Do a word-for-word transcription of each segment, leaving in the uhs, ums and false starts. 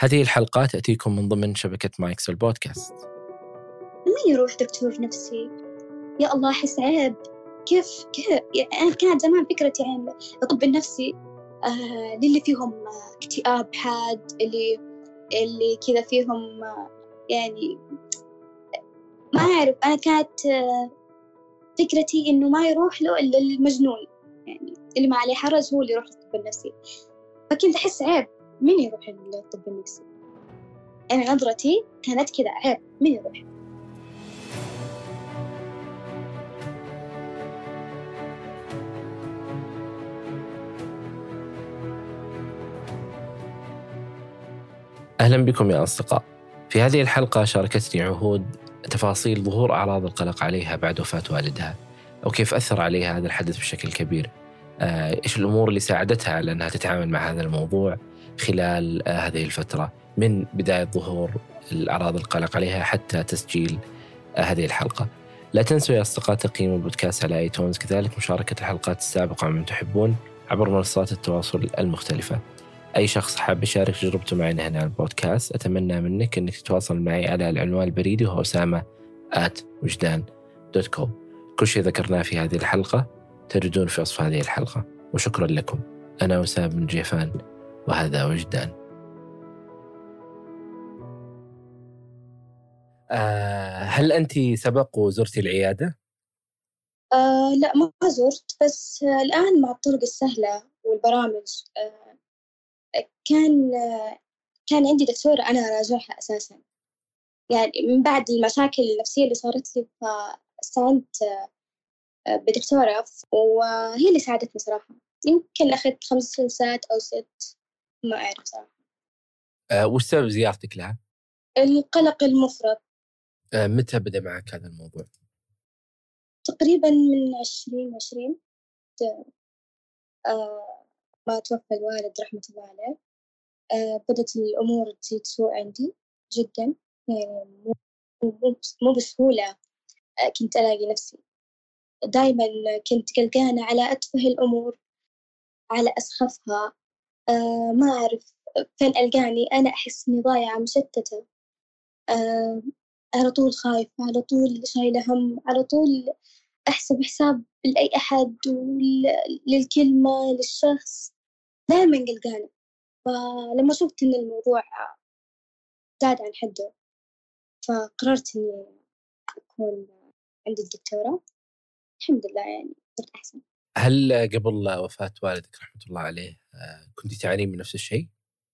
هذه الحلقة تأتيكم من ضمن شبكة مايكس البودكاست. لما يروح دكتور نفسي يا الله أحس عيب. كيف كيف يعني أنا كانت زمان فكرتي عن الطب النفسي آه للي فيهم آه اكتئاب حاد، اللي اللي كذا فيهم آه يعني ما أعرف. أنا كانت آه فكرتي إنه ما يروح له إلا المجنون، يعني اللي ما عليه حرج هو اللي يروح للطب النفسي. فكنت أحس عيب مين يروح للطب النفسي. أنا نظرتي كانت كذا، عيب مين يروح. أهلا بكم يا أصدقاء. في هذه الحلقة شاركتني عهود تفاصيل ظهور أعراض القلق عليها بعد وفاة والدها، أو كيف أثر عليها هذا الحدث بشكل كبير. آه، إيش الأمور اللي ساعدتها على أنها تتعامل مع هذا الموضوع خلال آه، هذه الفترة من بداية ظهور الأعراض القلق عليها حتى تسجيل آه، هذه الحلقة. لا تنسوا يا أصدقاء تقييم البودكاست على آيتونز، كذلك مشاركة الحلقات السابقة من تحبون عبر منصات التواصل المختلفة. أي شخص حاب يشارك تجربته معنا هنا على البودكاست، أتمنى منك أنك تتواصل معي على العنوان البريدي وهو أسامة آت وجدان دوت كوم. كل شيء ذكرناه في هذه الحلقة تجدون في وصف هذه الحلقة. وشكرا لكم. أنا وسام بن جيفان وهذا وجدان. آه هل أنت سبق وزرتي العيادة؟ آه لا ما زرت، بس آه الآن مع الطرق السهلة والبرامج آه كان آه كان عندي دكتورة أنا أراجعها أساساً، يعني من بعد المشاكل النفسية اللي صارت لي فاستعنت آه بدكتورة، وهي اللي ساعدتني صراحة. يمكن أخذت خمس جلسات أو ست، ما أعرف صراحة. آه وش سبب زيارتك لها؟ القلق المفرط. آه متى بدأ معك هذا الموضوع؟ تقريباً من عشرين عشرين آه ما توفى الوالد رحمة الله عليه. آه بدت الأمور تزيد سوء عندي جدا، يعني مو مو مو بسهولة. آه كنت ألاقي نفسي دايما كنت قلقانة على أتفه الأمور، على أسخفها. آه ما أعرف فين ألقاني، أنا أحس إني ضايعة مشتتة. آه على طول خايفة، على طول شايلة هم، على طول أحسب حساب لأي أحد وللكلمة للشخص، دايما قلقانة. فلما شفت إن الموضوع زاد عن حده فقررت إني أكون عند الدكتورة. الحمد لله يعني صرت أحسن. هل قبل وفاة والدك رحمة الله عليه كنت تعانين من نفس الشيء؟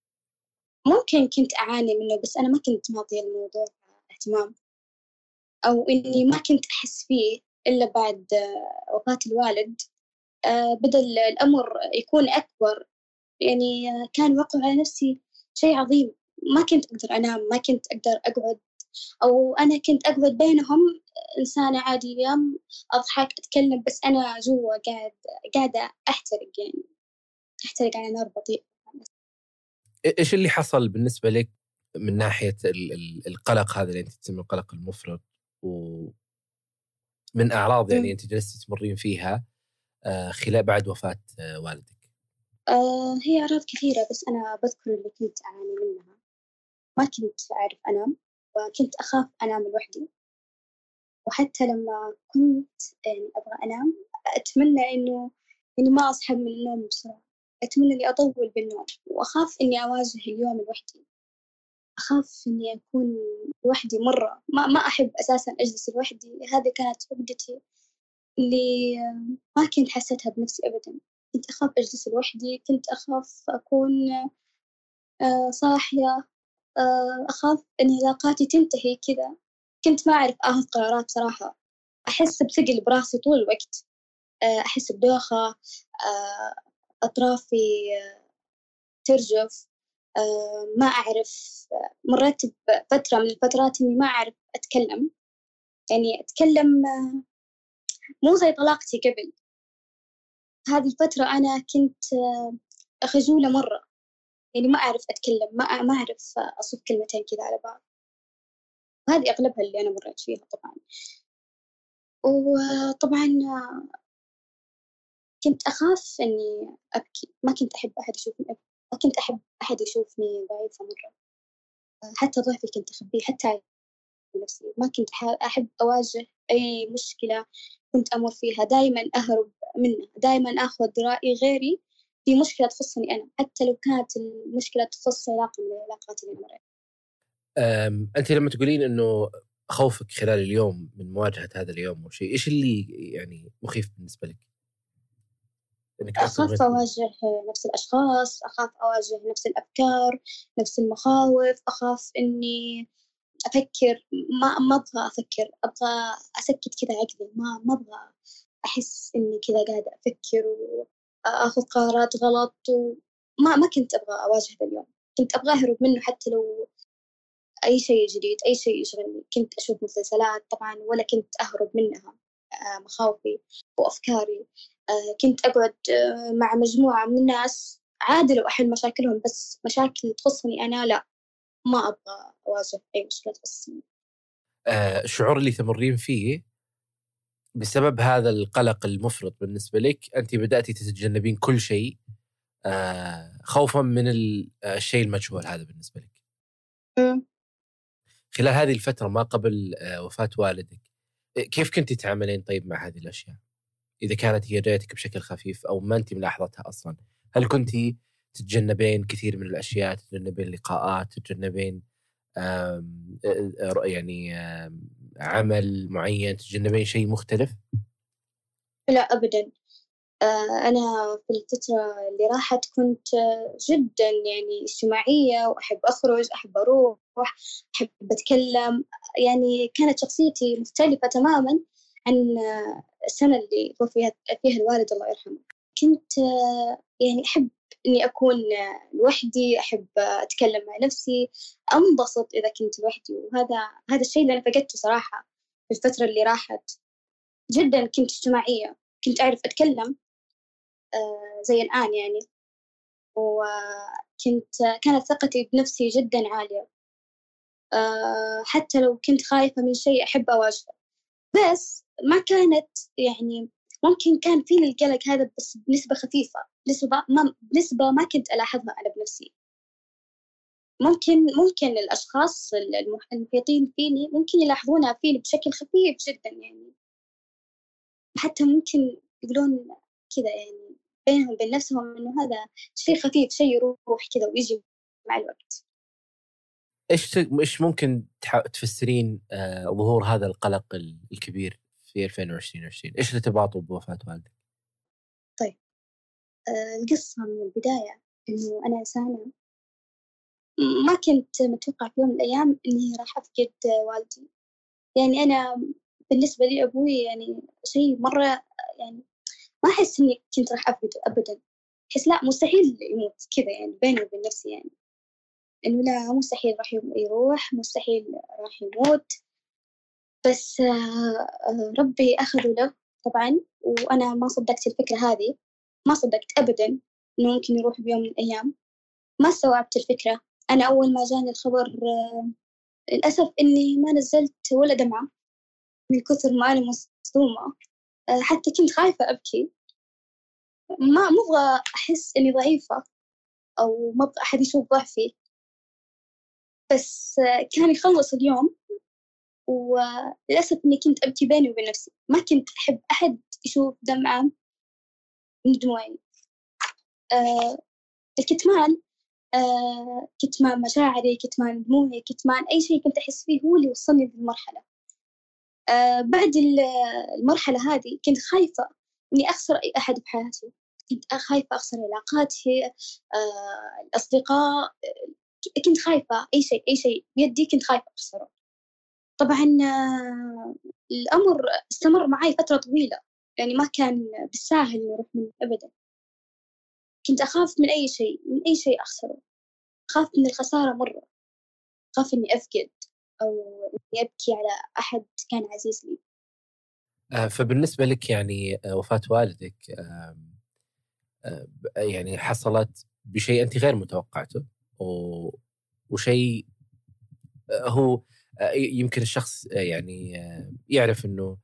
ممكن كنت أعاني منه، بس أنا ما كنت معطية الموضوع اهتمام، أو إني ما كنت أحس فيه إلا بعد وفاة الوالد. بدأ الأمر يكون أكبر، يعني كان وقع على نفسي شيء عظيم. ما كنت أقدر أنام، ما كنت أقدر أقعد، أو أنا كنت أقعد بينهم إنسانة عادي، يوم أضحك أتكلم بس أنا جوا قاعد قاعدة أحترق، يعني أحترق على نار بطيء. إيش اللي حصل بالنسبة لك من ناحية ال- ال- القلق هذا اللي أنت تسميه القلق المفرط، ومن أعراض يعني أنت جلست تمرين فيها آه، خلال بعد وفاة آه، والدك؟ آه هي أعراض كثيرة، بس أنا بذكر اللي كنت أعاني منها. ما كنت أعرف أنام، وكنت أخاف أنام لوحدي. وحتى لما كنت يعني أبغى أنام أتمنى إنه إني ما أصحى من النوم بسرعة، أتمنى إني أطول بالنوم، وأخاف إني أواجه اليوم لوحدي. أخاف إني أكون لوحدي مرة، ما ما أحب أساساً أجلس لوحدي. هذه كانت عقدتي اللي ما كنت حسيتها بنفسي أبداً. كنت أخاف أجلس لوحدي، كنت أخاف أكون آه، صاحية، آه، أخاف إن علاقاتي تنتهي كذا. كنت ما أعرف آخذ قرارات صراحة. أحس بثقل براسي طول الوقت، آه، أحس بدوخة، آه، أطرافي آه، ترجف. آه، ما أعرف. آه، مريت بفترة من الفترات إني ما أعرف أتكلم، يعني أتكلم آه، مو زي طلاقتي قبل. هذه الفترة أنا كنت آه، خجولة مرة، يعني ما أعرف أتكلم، ما ما أعرف أصف كلمتين كذا على بعض. وهذه أغلبها اللي أنا مريت فيها طبعا. وطبعا آه، كنت أخاف إني أبكي، ما كنت أحب أحد يشوفني أبكي، ما كنت أحب أحد يشوفني ضعيفة مرة. حتى ضعفي كنت أخبيه حتى على نفسي. ما كنت أحب أواجه أي مشكلة كنت أمر فيها، دائما أهرب منها، دائما أخذ رأي غيري في مشكلة تخصني أنا، حتى لو كانت المشكلة تخص علاقة من العلاقات اللي مريت. أنت لما تقولين إنه خوفك خلال اليوم من مواجهة هذا اليوم وشيء، إيش اللي يعني مخيف بالنسبة لك؟ إنك أخاف أواجه نفس الأشخاص، أخاف أواجه نفس الأفكار، نفس المخاوف، أخاف إني أفكر، ما ما أبغى أفكر، أبغى أسكت كذا عقلي، ما ما أبغى أحس إني كذا قاعدة أفكر وأخذ قرارات غلط، وما ما كنت أبغى أواجه هذا اليوم، كنت أبغى أهرب منه. حتى لو أي شيء جديد، أي شيء يشغلني، كنت أشوف مسلسلات طبعا ولا كنت أهرب منها مخاوفي وأفكاري. كنت أقعد مع مجموعة من الناس عادي لو أحل مشاكلهم، بس مشاكل تخصني أنا لا، ما أبغى أواجه أي مشكلة تخصني. آه، الشعور اللي تمرين فيه بسبب هذا القلق المفرط بالنسبة لك، أنت بدأتي تتجنبين كل شيء آه، خوفا من الشيء المجهول هذا بالنسبة لك. م. خلال هذه الفترة ما قبل آه، وفاة والدك، كيف كنت تتعاملين طيب مع هذه الأشياء؟ إذا كانت هي جايتك بشكل خفيف أو ما أنت ملاحظتها أصلا، هل كنت تتجنبين كثير من الأشياء، تتجنبين لقاءات، تتجنبين آم، آه، يعني آم، عمل معين، تتجنبين شيء مختلف؟ لا أبدا. آه، أنا في الفترة اللي راحت كنت آه، جدا يعني اجتماعية، وأحب أخرج، أحب أروح، أحب أتكلم. يعني كانت شخصيتي مختلفة تماما عن آه، السنة اللي توفي فيها الوالد الله يرحمه. كنت آه، يعني أحب إني أكون آه، لوحدي، أحب آه، أتكلم مع نفسي، أنبسط إذا كنت لوحدي. وهذا هذا الشيء اللي أنا فقدته صراحة في الفترة اللي راحت. جدا كنت اجتماعية، كنت أعرف أتكلم آه زي الآن يعني، وكنت كانت ثقتي بنفسي جدا عالية. آه حتى لو كنت خايفة من شيء أحب أواجهه، بس ما كانت يعني، ممكن كان فيني القلق هذا بس بنسبة خفيفة، نسبة ما بنسبة ما كنت ألاحظها أنا بنفسي. ممكن ممكن الأشخاص المحيطين فيني ممكن يلاحظونها فيني بشكل خفيف جدا يعني، حتى ممكن يقولون كذا يعني بينهم وبين نفسهم إنه هذا شيء خفيف، شيء يروح كذا ويجي مع الوقت. إيش إيش ممكن تفسرين آه، ظهور هذا القلق الكبير في ألفين وعشرين؟ إيش ارتباطه بوفاة والدك؟ طيب آه القصة من البداية إنه أنا إنسانة ما كنت متوقع في يوم من الأيام إني راح أفقد والدي. يعني أنا بالنسبة لي أبوي يعني شيء مرة، يعني ما أحس إني كنت راح أفقده أبدا. أحس لا، مستحيل يموت كذا يعني، بيني وبين نفسي يعني إنه لا، مستحيل راح يروح، مستحيل راح يموت. بس آه ربي أخذه له طبعا، وأنا ما صدقت الفكرة هذه، ما صدقت أبدا إنه ممكن يروح بيوم من الأيام. ما استوعبت الفكرة. أنا أول ما جاني الخبر آه للأسف إني ما نزلت ولا دمعة من كثر ما أنا مصدومة. آه حتى كنت خايفة أبكي، ما مبغى أحس إني ضعيفة أو ما أبغى أحد يشوف ضعفي. بس آه كان يخلص اليوم، وللأسف إني كنت أبكي بيني وبين نفسي، ما كنت أحب أحد يشوف دمعة من دموعي. آه الكتمان، آه كتمان مشاعري، كتمان دموعي، كتمان أي شيء كنت أحس فيه هو اللي وصلني للمرحلة. آه بعد المرحلة هذه كنت خايفة إني أخسر أي أحد بحياتي، كنت خايفة أخسر علاقاتي، آه الأصدقاء، آه كنت خايفة أي شيء، أي شيء بيدي كنت خايفة أخسره. طبعا آه الأمر استمر معي فترة طويلة، يعني ما كان بالساهل نروح منه أبدا. كنت أخاف من أي شيء، من أي شيء أخسره، أخاف من الخسارة مرة، أخاف إني أفقد أو إني أبكي على أحد كان عزيز لي. آه، فبالنسبة لك يعني آه، وفاة والدك آه، آه، يعني حصلت بشيء أنت غير متوقعته، وشيء آه، هو آه، يمكن الشخص آه، يعني آه، يعرف أنه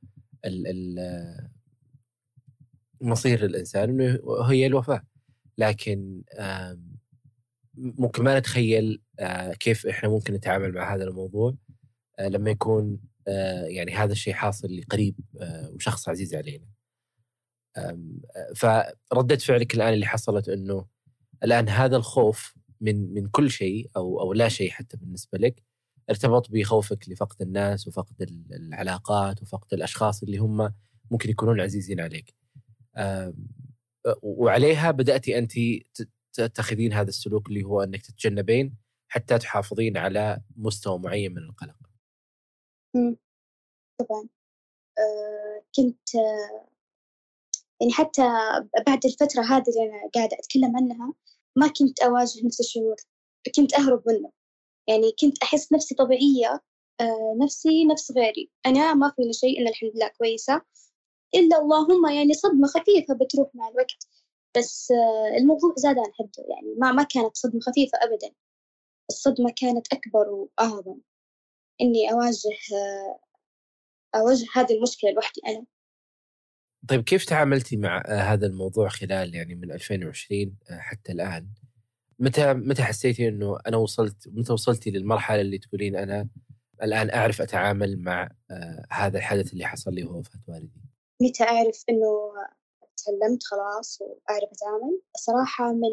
مصير الإنسان أنه هي الوفاة، لكن ممكن ما نتخيل آه، كيف إحنا ممكن نتعامل مع هذا الموضوع آه، لما يكون آه، يعني هذا الشيء حاصل لقريب آه، وشخص عزيز علينا. آم، آه، فردة فعلك الآن اللي حصلت إنه الآن هذا الخوف من من كل شيء أو أو لا شيء حتى بالنسبة لك ارتبط بخوفك لفقد الناس وفقد ال- العلاقات وفقد الأشخاص اللي هم ممكن يكونون عزيزين عليك. آم، وعليها بدأتي أنت ت- تتخذين هذا السلوك اللي هو أنك تتجنبين حتى تحافظين على مستوى معين من القلق. مم. طبعا. آه كنت آه يعني حتى بعد الفترة هذه اللي أنا قاعدة أتكلم عنها ما كنت أواجه نفس الشعور، كنت أهرب منه. يعني كنت أحس نفسي طبيعية، آه نفسي نفس غيري، أنا ما فيني شيء، أنا الحمد لله كويسة، إلا اللهم يعني صدمة خفيفة بتروح مع الوقت. بس آه الموضوع زاد عن حده، يعني ما ما كانت صدمة خفيفة أبدا، الصدمة كانت أكبر وأعظم، إني أواجه آه أواجه هذه المشكلة لوحدي أنا. طيب كيف تعاملتي مع آه، هذا الموضوع خلال يعني من ألفين وعشرين آه، حتى الآن؟ متى متى حسيتي انه انا وصلت، متى وصلتي للمرحله اللي تقولين انا الان اعرف اتعامل مع آه هذا الحدث اللي حصل لي وهو وفاه والدي؟ متى أعرف إنه تعلمت خلاص وأعرف أتعامل؟ صراحة من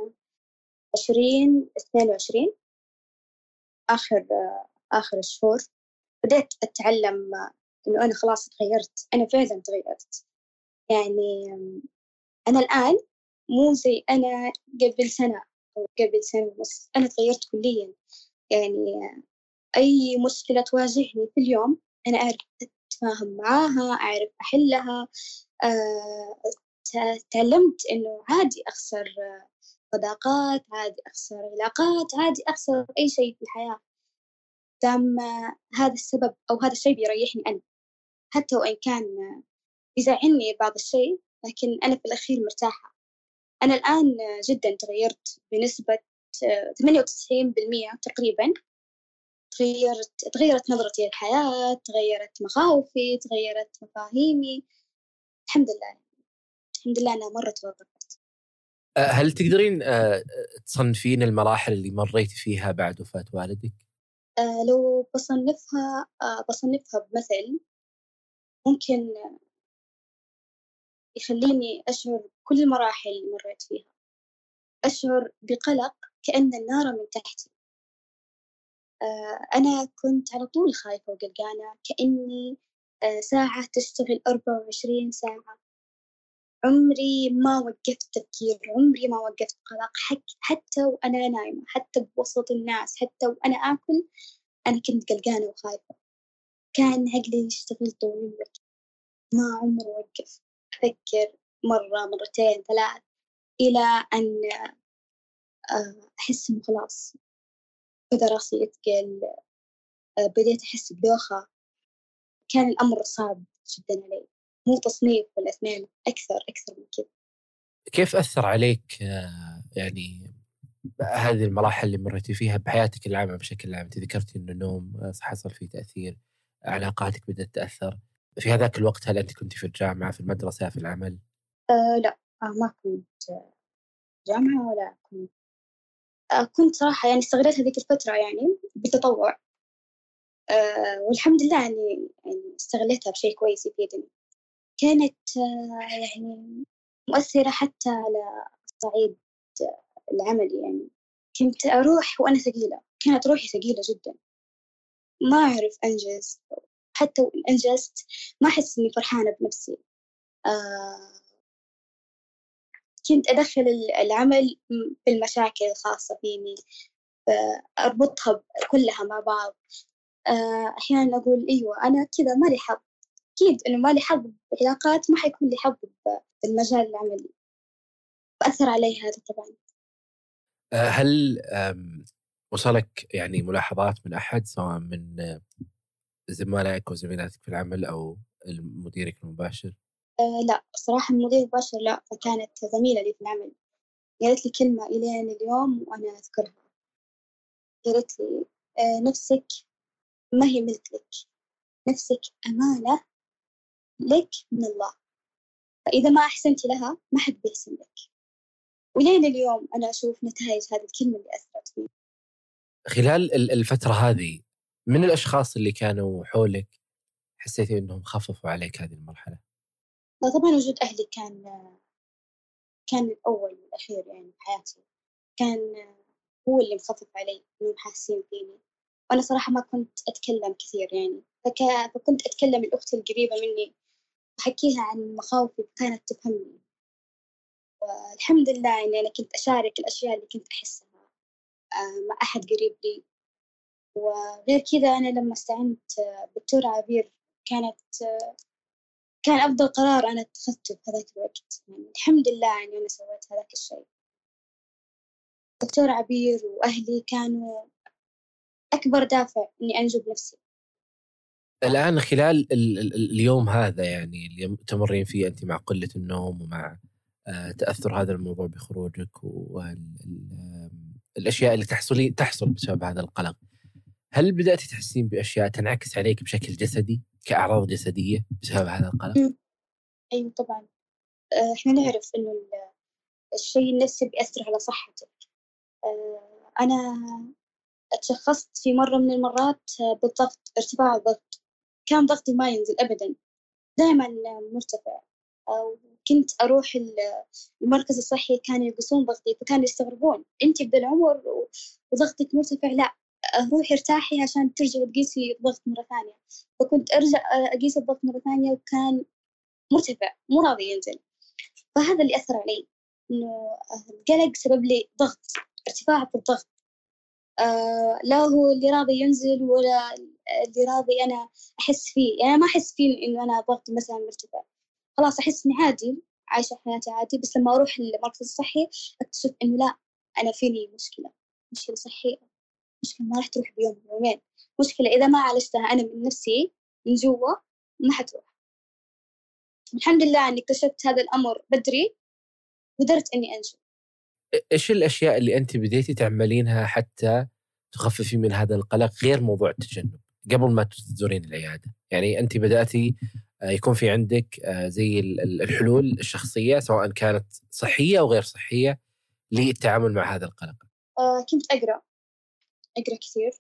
عشرين اثنين وعشرين، آخر آخر الشهور بدأت أتعلم إنه أنا خلاص تغيرت، أنا فعلا تغيرت. يعني أنا الآن مو زي أنا قبل سنة أو قبل سنة، بس أنا تغيرت كليا. يعني أي مشكلة تواجهني في اليوم أنا أعرف أتفاهم معاها، أعرف أحلها. آه، تعلمت إنه عادي أخسر صداقات، عادي أخسر علاقات، عادي أخسر أي شيء في الحياة، دام هذا السبب أو هذا الشيء بيريحني أنا، حتى وإن كان يزعلني بعض الشيء، لكن أنا في الأخير مرتاحة. أنا الآن جدا تغيرت بنسبة ثمانية وتسعين بالمئة تقريبا. تغيرت تغيرت نظرتي للحياة، تغيرت مخاوفي، تغيرت مفاهيمي. الحمد لله، الحمد لله أنا مرة توظفت. آه هل تقدرين آه تصنفين المراحل اللي مريتي فيها بعد وفاه والدك؟ آه لو بصنفها آه بصنفها بمثل ممكن يخليني أشعر بكل المراحل اللي مريت فيها، أشعر بقلق كأن النار من تحتي. آه أنا كنت على طول خايفة وقلقانة، كأني آه ساعة تشتغل أربعة وعشرين ساعة. عمري ما وقفت تفكير، عمري ما وقفت قلق، حك حتى وأنا نايمة، حتى بوسط الناس، حتى وأنا آكل أنا كنت قلقانة وخايفة. كان عقلي يشتغل طول الوقت، ما عمره وقف، أفكر مرة مرتين ثلاث، إلى أن آه، أحس إنه خلاص بدأ راسي يثقل. آه، بديت أحس بدوخة. كان الأمر صعب جدا علي، مو تصنيف ولا اثنين، أكثر أكثر من كذا. كيف اثر عليك آه يعني هذه المراحل اللي مريتي فيها بحياتك العامه بشكل عام؟ انت ذكرتي انه النوم آه، حصل فيه تاثير، علاقاتك بدات تاثر في هذاك الوقت. هل انت كنت في الجامعه، في المدرسه، في العمل؟ أه لا، أه ما كنت جامعة ولا كنت. أه كنت صراحة يعني استغلت هذيك الفترة يعني بالتطوع. أه والحمد لله يعني يعني استغلتها بشيء كويس يفيدني. كانت أه يعني مؤثرة حتى على الصعيد العملي. يعني كنت أروح وأنا ثقيلة، كانت روحي ثقيلة جدا، ما أعرف أنجز، حتى وإن أنجزت ما أحس إني فرحانة بنفسي. آه كنت أدخل العمل بالمشاكل الخاصة فيني، أربطها كلها مع بعض. آه أحيانا أقول أيوة أنا كذا ما لي حظ، أكيد إنه ما لي حظ بعلاقات، ما حيكون لي حظ بالمجال العملي، فأثر علي هذا طبعا. آه هل آم، وصلك يعني ملاحظات من احد، سواء من آه، زملائك وزميلاتك في العمل او مديرك المباشر؟ آه لا صراحة المدير المباشر لا، فكانت زميلة لي في العمل، قالت لي كلمة إلين اليوم وأنا أذكرها. قالت لي آه نفسك ما هي ملك لك، نفسك أمانة لك من الله، فإذا ما أحسنت لها ما حد بيحسن لك. ولين اليوم أنا أشوف نتائج هذه الكلمة اللي أثرت فيه. خلال ال- الفترة هذه من الأشخاص اللي كانوا حولك حسيتي أنهم خففوا عليك هذه المرحلة؟ طبعا وجود أهلي كان كان الأول والأخير يعني بحياتي، كان هو اللي مخفف علي إنهم حاسين فيني. وأنا صراحة ما كنت أتكلم كثير يعني، فك... فكنت أتكلم الأخت القريبة مني أحكيها عن مخاوفي فكانت تفهمني. والحمد لله إني أنا كنت أشارك الأشياء اللي كنت أحسها آه، مع أحد قريب لي. وغير كذا أنا لما استعنت آه، بالدكتورة عبير كانت آه، كان أفضل قرار أنا اتخذته في هذاك الوقت. يعني الحمد لله إني أنا سويت هذاك الشيء. دكتورة عبير وأهلي كانوا أكبر دافع إني أنجو بنفسي. الآن خلال ال- ال- اليوم هذا يعني اللي تمرين فيه أنت مع قلة النوم ومع آه، تأثر هذا الموضوع بخروجك والأشياء اللي تحصلي تحصل بسبب هذا القلق، هل بدأتي تحسين بأشياء تنعكس عليك بشكل جسدي كأعراض جسدية بسبب هذا القلق؟ مم. أيوة طبعا. آه، إحنا نعرف إنه ال- الشيء النفسي بيأثر على صحتك. آه، أنا اتشخصت في مرة من المرات آه، بالضغط، ارتفاع الضغط. كان ضغطي ما ينزل أبدا، دائما مرتفع. آه، كنت أروح ال- المركز الصحي كانوا يقيسون ضغطي فكانوا يستغربون أنت بذا العمر و- وضغطك مرتفع. لا، روحي ارتاحي عشان ترجعي تقيسي الضغط مرة ثانية. فكنت أرجع أقيس الضغط مرة ثانية وكان مرتفع مو راضي ينزل. فهذا اللي أثر علي، إنه القلق سبب لي ضغط، ارتفاع في الضغط. آه لا هو اللي راضي ينزل ولا اللي راضي أنا أحس فيه. يعني ما أحس فيه إنه أنا ضغطي مثلا مرتفع، خلاص أحس إني عادي عايشة حياتي عادي. بس لما أروح المركز الصحي أكتشف إنه لا، أنا فيني مشكلة، مشكلة صحية، مشكلة ما راح تروح بيوم يومين، مشكلة إذا ما عالجتها أنا من نفسي من جوا ما حتروح. الحمد لله إني اكتشفت هذا الأمر بدري وقدرت إني أنجو. إيش الأشياء اللي أنت بديتي تعملينها حتى تخففي من هذا القلق غير موضوع التجنب قبل ما تزورين العيادة؟ يعني أنت بدأتي آه، يكون في عندك آه، زي ال- ال- الحلول الشخصية سواء كانت صحية أو غير صحية للتعامل مع هذا القلق. آه كنت أقرأ أقرأ كثير.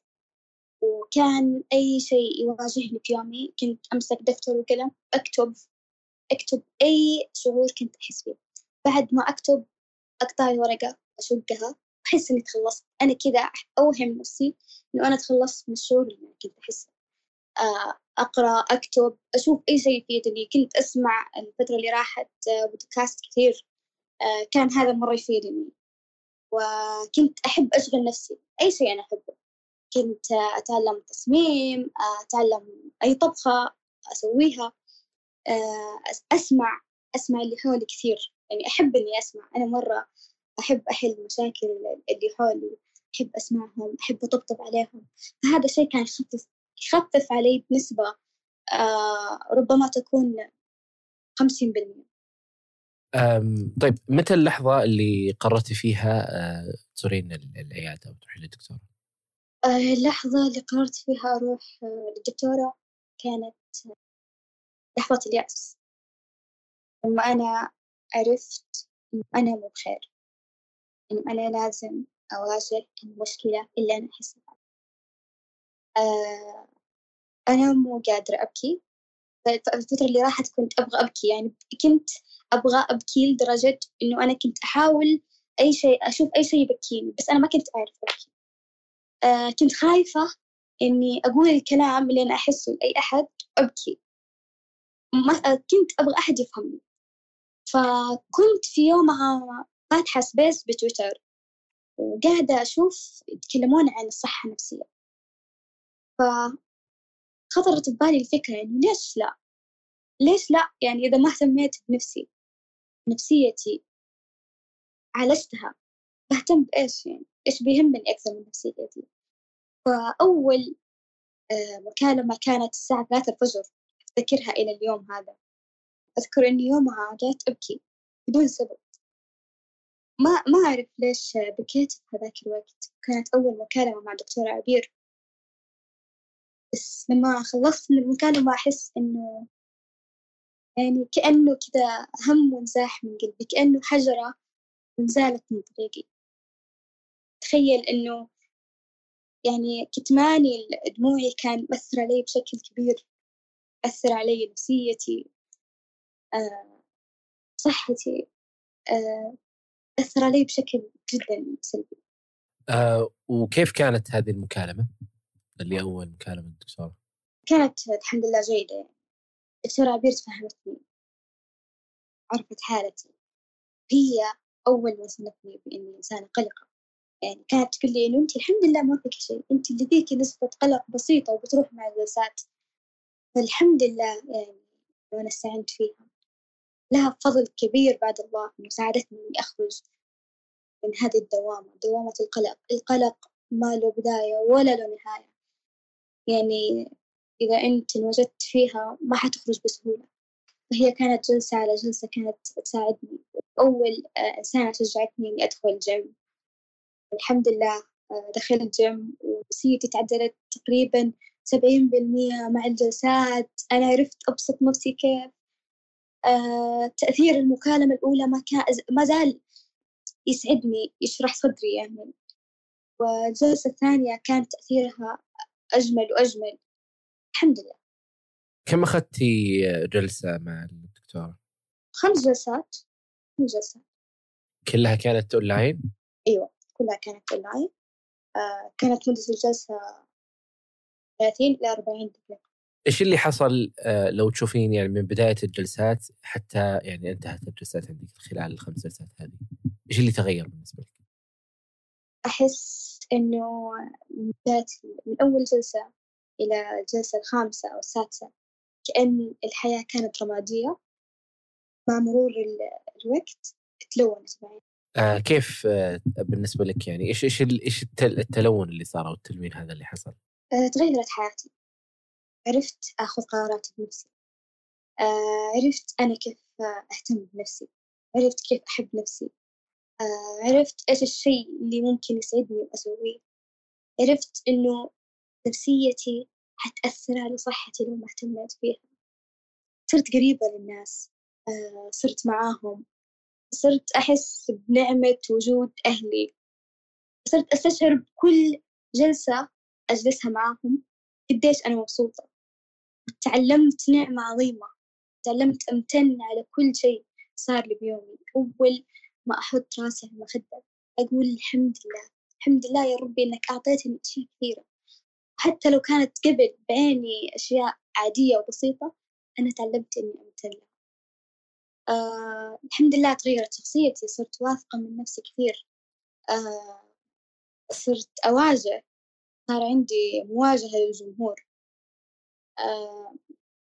وكان أي شيء يواجهني في يومي كنت أمسك دفتر وقلم أكتب أكتب أي شعور كنت أحس فيه. بعد ما أكتب أقطع الورقة أشقها أحس إني تخلصت. أنا كذا أوهم نفسي إنه أنا تخلصت من الشعور اللي أنا كنت أحسه. آه، أقرأ أكتب أشوف أي شيء يفيدني. كنت أسمع الفترة اللي راحت آه، بودكاست كثير. آه، كان هذا مرة يفيدني. وكنت أحب أشغل نفسي أي شيء أنا أحبه. كنت آه، أتعلم تصميم، آه، أتعلم أي طبخة أسويها. آه، أس- أسمع أسمع اللي حولي كثير. يعني أحب إني أسمع. أنا مرة أحب أحل مشاكل اللي حولي، أحب أسمعهم، أحب أطبطب عليهم. فهذا الشيء كان يخفف يخفف علي بنسبة آه ربما تكون خمسين بالمئة. أم، طيب متى اللحظة اللي قررتي فيها أه، تزورين ال- العيادة أو تروحين للدكتور؟ آه اللحظة اللي قررت فيها أروح آه للدكتورة كانت لحظة اليأس، لما أنا عرفت إنه أنا مو بخير، إنه أنا لازم أواجه المشكلة اللي أنا أحسها. آه أنا مو قادرة أبكي. فالفترة اللي راحت كنت أبغى أبكي، يعني كنت أبغى أبكي لدرجة إنه أنا كنت أحاول أي شيء أشوف أي شيء يبكيني بس أنا ما كنت أعرف أبكي. آه كنت خايفة إني أقول الكلام اللي أنا أحسه لأي أحد أبكي. ما كنت أبغى أحد يفهمني. فكنت في يومها فاتحة سبيس بتويتر وقاعدة أشوف يتكلمون عن الصحة النفسية. فخطرت ببالي الفكرة إنه ليش لا، ليش لا، يعني إذا ما اهتميت بنفسي نفسيتي عالجتها بهتم بإيش؟ يعني إيش بيهمني أكثر من نفسيتي؟ فأول آه مكالمة كانت الساعة ثلاثة الفجر، أفتكرها إلى اليوم هذا. أذكر إني يومها جات أبكي بدون سبب. ما ما أعرف ليش بكيت في هذاك الوقت. كانت أول مكالمة مع دكتورة عبير. بس لما خلصت من المكالمة أحس إنه يعني كأنه كذا هم وانزاح من قلبي، كأنه حجرة وانزالت من طريقي. تخيل إنه يعني كتماني دموعي كان مأثر علي بشكل كبير، أثر علي نفسيتي، آه، صحتي، آه، أثر علي بشكل جدا سلبي. آه وكيف كانت هذه المكالمة اللي أول مكالمة الدكتورة؟ كانت الحمد لله جيدة يعني. الدكتورة عبير تفهمتني، عرفت حالتي. هي أول ما صنفني بإني إنسانة قلقة، يعني كانت تقول لي إنه أنت الحمد لله ما فيك شيء، أنت اللي فيك نسبة قلق بسيطة وبتروح مع الجلسات. فالحمد لله يعني وأنا استعنت فيها، لها فضل كبير بعد الله إنه ساعدتني إني أخرج من هذه الدوامة، دوامة القلق. القلق ما له بداية ولا له نهاية، يعني إذا أنت انوجدت فيها ما حتخرج بسهولة. فهي كانت جلسة على جلسة كانت تساعدني. أول آه، إنسانة شجعتني إني أدخل الجيم. الحمد لله آه، دخلت جيم ونفسيتي تعدلت تقريبا سبعين بالمية مع الجلسات. أنا عرفت أبسط نفسي كيف. آه، تأثير المكالمة الأولى ما كان ما زال يسعدني، يشرح صدري يعني. والجلسة الثانية كانت تأثيرها أجمل وأجمل، الحمد لله. كم أخذتي جلسة مع الدكتورة؟ خمس جلسات. خمس جلسات كلها كانت أونلاين؟ أيوة كلها كانت أونلاين. آه كانت مدة الجلسة ثلاثين إلى أربعين دقيقة. إيش اللي حصل آه لو تشوفين يعني من بداية الجلسات حتى يعني انتهت الجلسات عندك خلال الخمس جلسات هذه، إيش اللي تغير بالنسبة لك؟ أحس إنه من بداية من أول جلسة إلى الجلسة الخامسة أو السادسة كأن الحياة كانت رمادية، مع مرور ال- الوقت تلونت معي. آه كيف آه بالنسبة لك يعني إيش إيش ال- إيش التل التلون اللي صار أو التلوين هذا اللي حصل؟ آه تغيرت حياتي، عرفت أخذ قراراتي بنفسي. آه عرفت أنا كيف آه، أهتم بنفسي، عرفت كيف أحب نفسي. آه عرفت إيش الشيء اللي ممكن يسعدني وأسويه. عرفت إنه نفسيتي حتأثر على صحتي لو ما اهتميت فيها. صرت قريبة للناس، آه صرت معاهم، صرت أحس بنعمة وجود أهلي. صرت أستشعر بكل جلسة أجلسها معاهم قديش أنا مبسوطة. تعلمت نعمة عظيمة، تعلمت أمتن على كل شيء صار لي بيومي. أول ما أحط راسي على المخدة أقول الحمد لله، الحمد لله يا ربي إنك أعطيتني أشياء كثيرة، حتى لو كانت قبل بعيني أشياء عادية وبسيطة أنا تعلمت إني أمتن لها. آه الحمد لله تغيرت شخصيتي، صرت واثقة من نفسي كثير. آه صرت أواجه، صار عندي مواجهة للجمهور. آه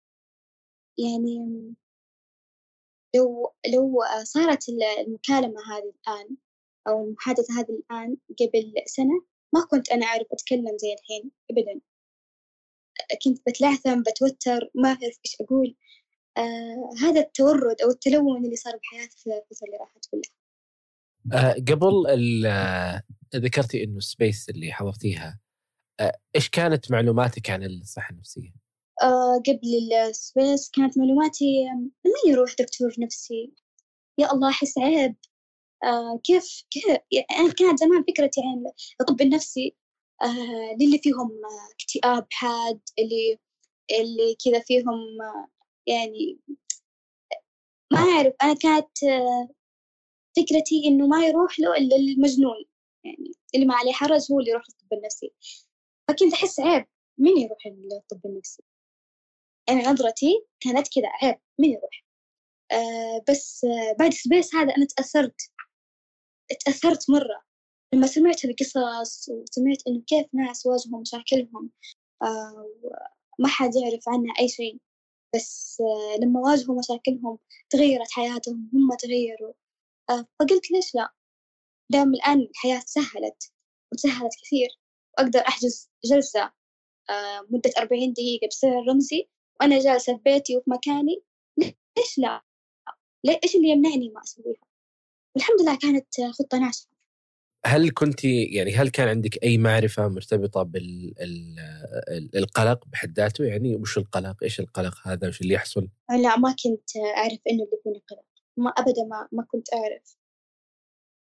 يعني لو لو صارت المكالمة هذه الآن أو المحادثة هذه الآن قبل سنة ما كنت أنا أعرف أتكلم زي الحين أبدا. كنت بتلعثم بتوتر ما أعرف إيش أقول. آه هذا التورد أو التلون اللي صار بحياتي في الفترة اللي راحت كلها. آه قبل ال- آه، ذكرتي إنه سبيس اللي حضرتيها، آه إيش كانت معلوماتك عن الصحة النفسية؟ آه قبل السبيس كانت معلوماتي من يروح دكتور نفسي، يا الله أحس عيب. آه كيف كيف يعني أنا كانت زمان فكرتي عن الطب النفسي آه للي فيهم آه اكتئاب حاد، اللي اللي كذا فيهم آه يعني ما أعرف. أنا كانت آه فكرتي إنه ما يروح له إلا المجنون، يعني اللي ما عليه حرج هو اللي يروح للطب النفسي. فكنت أحس عيب مين يروح للطب النفسي، يعني نظرتي كانت كذا عيب مين يروح. آه بس آه بعد سبيس هذا أنا تأثرت تأثرت مرة لما سمعت القصص وسمعت إنه كيف ناس واجهوا مشاكلهم آه ما حد يعرف عنها أي شيء. بس آه لما واجهوا مشاكلهم تغيرت حياتهم، هم تغيروا. آه فقلت ليش لا، دام الآن الحياة سهلت وسهلت كثير وأقدر أحجز جلسة آه مدة أربعين دقيقة بسعر رمزي وأنا جالسة في بيتي وفي مكاني، ليش لا؟ ليه إيش اللي يمنعني ما أسويها؟ والحمد لله كانت خطة ناجحة. هل كنت يعني هل كان عندك أي معرفة مرتبطة بالقلق بحد ذاته؟ يعني وش القلق؟ إيش القلق هذا؟ وش اللي يحصل؟ لا ما كنت أعرف إنه اللي فيني قلق، ما أبدا ما ما كنت أعرف.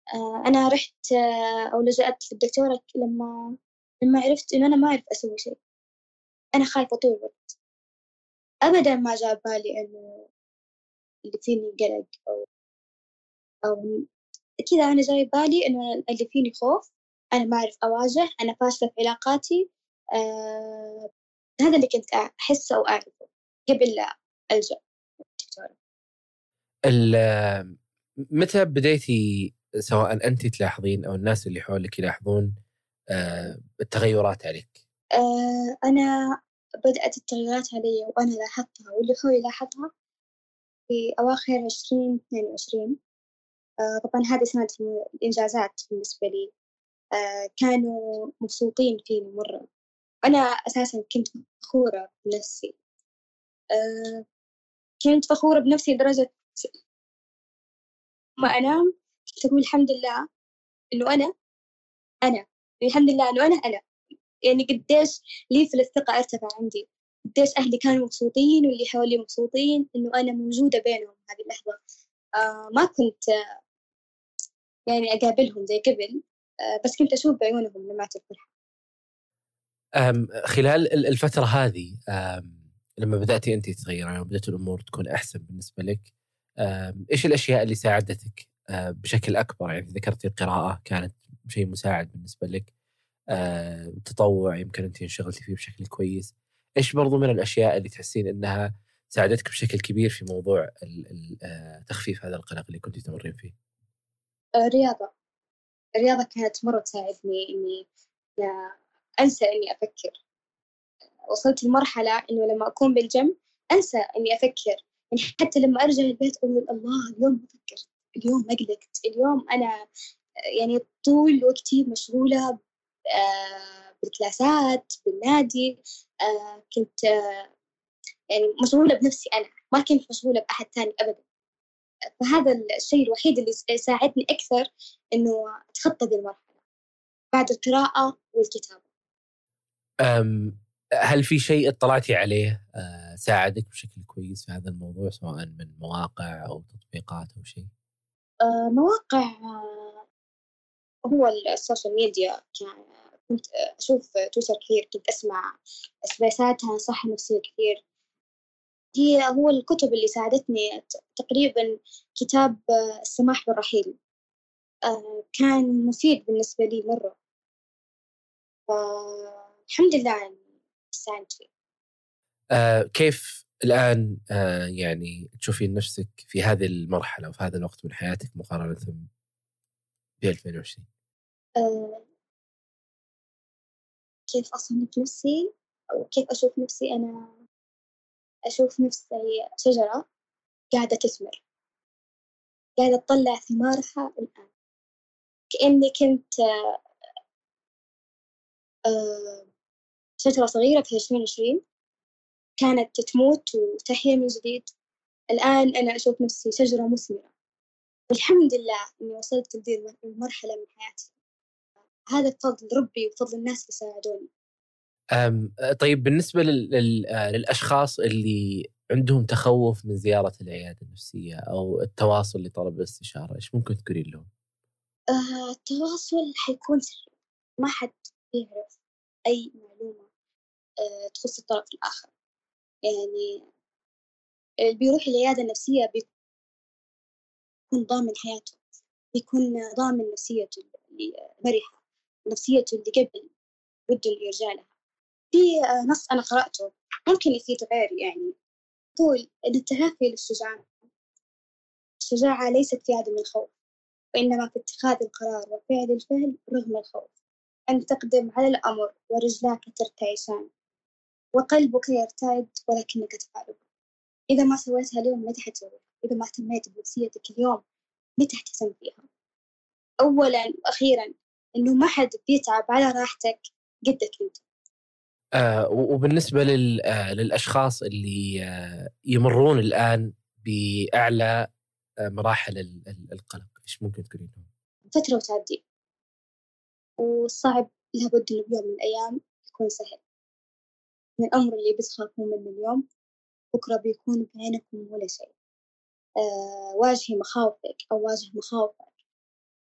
آه، أنا رحت آه، أو لجأت للدكتورة لما لما عرفت إنه أنا ما أعرف أسوي شيء. أنا خايفة طول الوقت. أبدا ما جاء بالي إنه اللي فيني قلق أو أو كذا. أنا جاي بالي إنه اللي فيني خوف، أنا ما أعرف أواجه، أنا فاشلة في علاقاتي. آه، هذا اللي كنت أحسه أو أعرفه قبل لا ألجأ للدكتورة. ال- متى بديتي سواء أنت تلاحظين أو الناس اللي حولك يلاحظون آه، التغيرات عليك؟ آه، أنا بدأت التغيرات علي وأنا لاحظتها واللي حولي لاحظها في أواخر عشرين اثنين وعشرين. آه، طبعا هذه سنة الإنجازات بالنسبة لي. آه، كانوا مبسوطين فيني مرة. أنا أساسا كنت فخورة بنفسي. آه، كنت فخورة بنفسي لدرجة ما أنام كنت أقول الحمد لله إنه أنا أنا الحمد لله إنه أنا أنا يعني قديش لي في الثقة ارتفع عندي، قديش أهلي كانوا مبسوطين واللي حولي مبسوطين إنه أنا موجودة بينهم هذه اللحظة. آه ما كنت آه يعني أقابلهم زي قبل. آه بس كنت أشوف بعيونهم لمعة الفرحة. أم، خلال ال- الفترة هذه، أم، لما بدأتي أنت تتغيرين وبدأت الأمور تكون أحسن بالنسبة لك، أم، إيش الأشياء اللي ساعدتك أه، بشكل أكبر؟ يعني ذكرتي القراءة كانت شيء مساعد بالنسبة لك، أه، تطوع يمكن أنت انشغلتي فيه بشكل كويس. إيش برضو من الأشياء اللي تحسين أنها ساعدتك بشكل كبير في موضوع ال- ال- أه، تخفيف هذا القلق اللي كنت تمرين فيه؟ آه رياضة. الرياضة كانت مرة تساعدني إني لا أنسى إني أفكر. وصلت لمرحلة إنه لما أكون بالجيم أنسى إني أفكر. يعني حتى لما أرجع البيت أقول الله اليوم ما فكرت، اليوم ما قلقت، اليوم أنا يعني طول وقتي مشغولة آه، بالكلاسات بالنادي. آه، كنت آه، يعني مشغولة بنفسي أنا، ما كنت مشغولة بأحد تاني أبدا. فهذا الشيء الوحيد اللي ساعدني أكثر إنه أتخطى ذي المرحلة بعد القراءة والكتابة. أم، هل في شيء اطلعتي عليه أه، ساعدك بشكل كويس في هذا الموضوع، سواء من مواقع أو تطبيقات أو شيء؟ آه، مواقع آه، هو السوشيال ميديا كان كنت أشوف تويتر كثير، كنت أسمع سبيساتها صح نفسية كثير. هي هو الكتب اللي ساعدتني ت- تقريبا كتاب آه، السماح بالرحيل. آه، كان مفيد بالنسبة لي مرة. فالحمد لله يعني استعنت فيه. آه كيف الآن آه يعني تشوفين نفسك في هذه المرحلة وفي هذا الوقت من حياتك مقارنة ب ألفين وعشرين؟ آه، كيف أصنف نفسي أو كيف أشوف نفسي أنا؟ أشوف نفسي شجرة قاعدة تثمر، قاعدة تطلع ثمارها الآن. كأني كنت آه، شجرة صغيرة في عشرين عشرين كانت تموت وتحيا من جديد. الآن أنا أشوف نفسي شجرة مثمرة، والحمد لله إني وصلت لذي المرحلة من حياتي. هذا بفضل ربي وبفضل الناس اللي ساعدوني. أم آه، طيب، بالنسبة لل لل آه للأشخاص اللي عندهم تخوف من زيارة العيادة النفسية أو التواصل لطلب الاستشارة، إيش ممكن تقولين لهم؟ آه التواصل حيكون سري، ما حد يعرف أي معلومة آه تخص الطرف الآخر. يعني اللي بيروح العيادة النفسية بيكون ضامن حياته، بيكون ضامن نفسيته اللي مرحة، نفسيته اللي قبل بده اللي يرجع لها. في آه نص أنا قرأته ممكن يفيد غيري، يعني يقول إن التعافي للشجاعة. الشجاعة ليست في عدم الخوف، وإنما في اتخاذ القرار وفعل الفعل رغم الخوف. أن تقدم على الأمر ورجلاك ترتعشان وقلبك يرتعد ولكنك تفعله. إذا ما سويتها اليوم متى حتسويها؟ إذا ما اهتميت بنفسيتك اليوم متى حتهتم فيها؟ أولا وأخيرا إنه ما حد بيتعب على راحتك قدك أنت. آه وبالنسبة لل آه للأشخاص اللي آه يمرون الآن بأعلى آه مراحل ال- ال- القلق، إيش ممكن تقولين لهم؟ فترة وتعدي، والصعب لابد إنه بيوم من الأيام يكون سهل. من الأمر اللي بتخافوا منه اليوم بكرة بيكون بعينكم ولا شيء. آه واجهي مخاوفك أو واجه مخاوفك.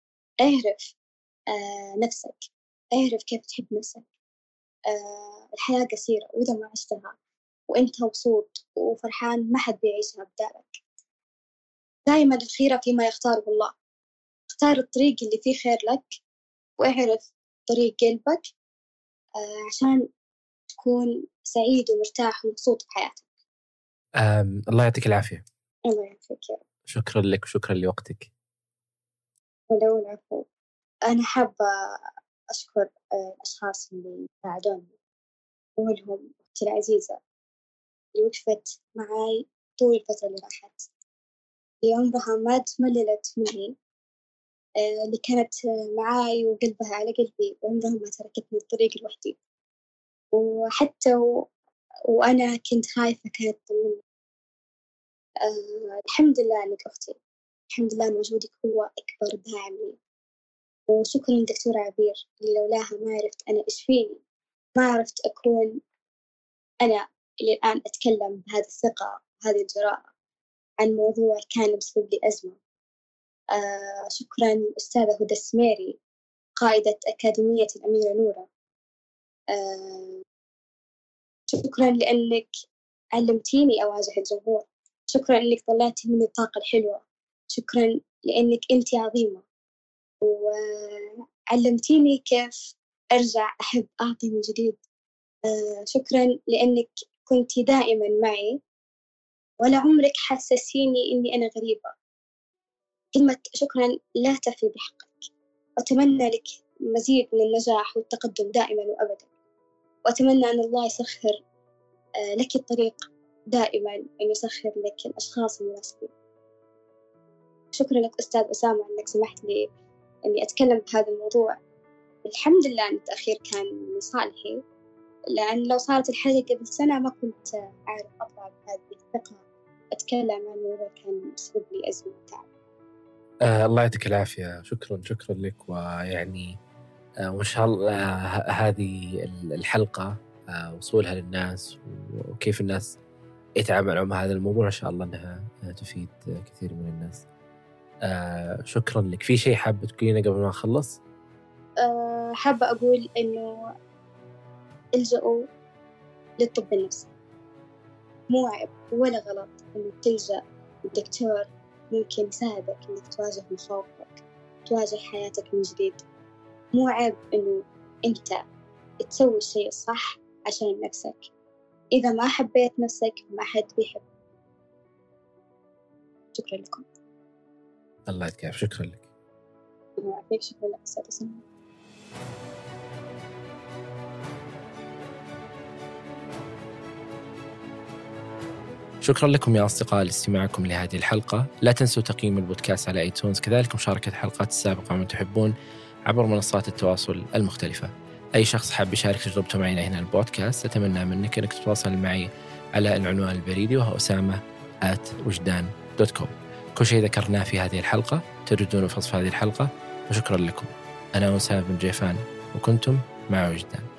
اعرف آه نفسك، اعرف كيف تحب نفسك. آه الحياة قصيرة، وإذا ما عشتها وإنت مبسوط وفرحان ما حد بيعيشها بدالك. دائما الخيرة فيما يختاره الله. اختار الطريق اللي فيه خير لك، واعرف طريق قلبك آه عشان تكون سعيد ومرتاح ومبسوط بحياتك. أم الله يعطيك العافية. الله يعافيك يا رب. شكرا لك وشكرا لوقتك. ولو العفو. أنا حابة أشكر الأشخاص اللي ساعدوني، أولهم أختي العزيزة اللي وقفت معاي طول الفترة اللي راحت، اللي عمرها ما تمللت مني، اللي كانت معاي وقلبها على قلبي وعمرها ما تركتني الطريق لوحدي، وحتى و... وأنا كنت خايفة كانت تطمني. أه الحمد لله إنك أختي، الحمد لله وجودك هو أكبر داعم لي. وشكرا دكتورة عبير اللي لولاها ما عرفت أنا إيش فيني، ما عرفت أكون أنا اللي الآن أتكلم بهذه الثقة وهذه الجراءة عن موضوع كان بسبب لي أزمة. آه شكرا أستاذة هدى السميري قائدة أكاديمية الأميرة نورة. آه شكرا لأنك علمتيني أواجه الجمهور. شكرا لأنك طلعتي مني الطاقة الحلوة. شكرا لأنك أنتي عظيمة وعلمتيني كيف أرجع أحب أعطي من جديد. آه شكرا لأنك كنتي دائما معي ولا عمرك حسسيني إني أنا غريبة. كلمة شكرا لا تفي بحقك. وأتمنى لك مزيد من النجاح والتقدم دائما وأبدا، وأتمنى أن الله يسخر آه لك الطريق دائما، أن يسخر لك الأشخاص المناسبين. شكرا لك أستاذ أسامة أنك سمحت لي أني أتكلم بهذا الموضوع. الحمد لله أن التأخير كان من صالحي، لأن لو صارت الحلقة قبل سنة ما كنت أعرف أطلع بهذه الثقة أتكلم عن موضوع كان يسبب لي أزمة وتعب. آه الله يعطيك العافية. شكرا شكرا لك. ويعني آه وإن شاء الله آه هذه الحلقة آه وصولها للناس وكيف الناس يتعاملوا مع هذا الموضوع إن شاء الله أنها تفيد كثير من الناس. آه شكرا لك. في شيء حابة تقولينه قبل ما نخلص؟ أه حابة أقول إنه الجأوا للطب النفسي. مو عيب ولا غلط إنك تلجأ للدكتور، ممكن يساعدك إنك تواجه مخاوفك، تواجه حياتك من جديد. مو عيب إنه أنت تسوي الشيء الصح عشان نفسك. إذا ما حبيت نفسك ما حد بيحب. شكرا لكم. الله يتكافئ. شكرا لك. الله يعافيك. شكرا لك أستاذ سمير. شكرا لكم يا أصدقاء لاستماعكم لهذه الحلقة. لا تنسوا تقييم البودكاست على ايتونز، كذلك مشاركة الحلقات السابقة من تحبون عبر منصات التواصل المختلفة. أي شخص حاب يشارك تجربته معنا هنا البودكاست أتمنى منك أنك تتواصل معي على العنوان البريدي وهو أسامة آت وجدان دوت كوم. كل شيء ذكرناه في هذه الحلقة تجدونه في وصف هذه الحلقة. وشكرا لكم. أنا أسامة بن جيفان وكنتم مع وجدان.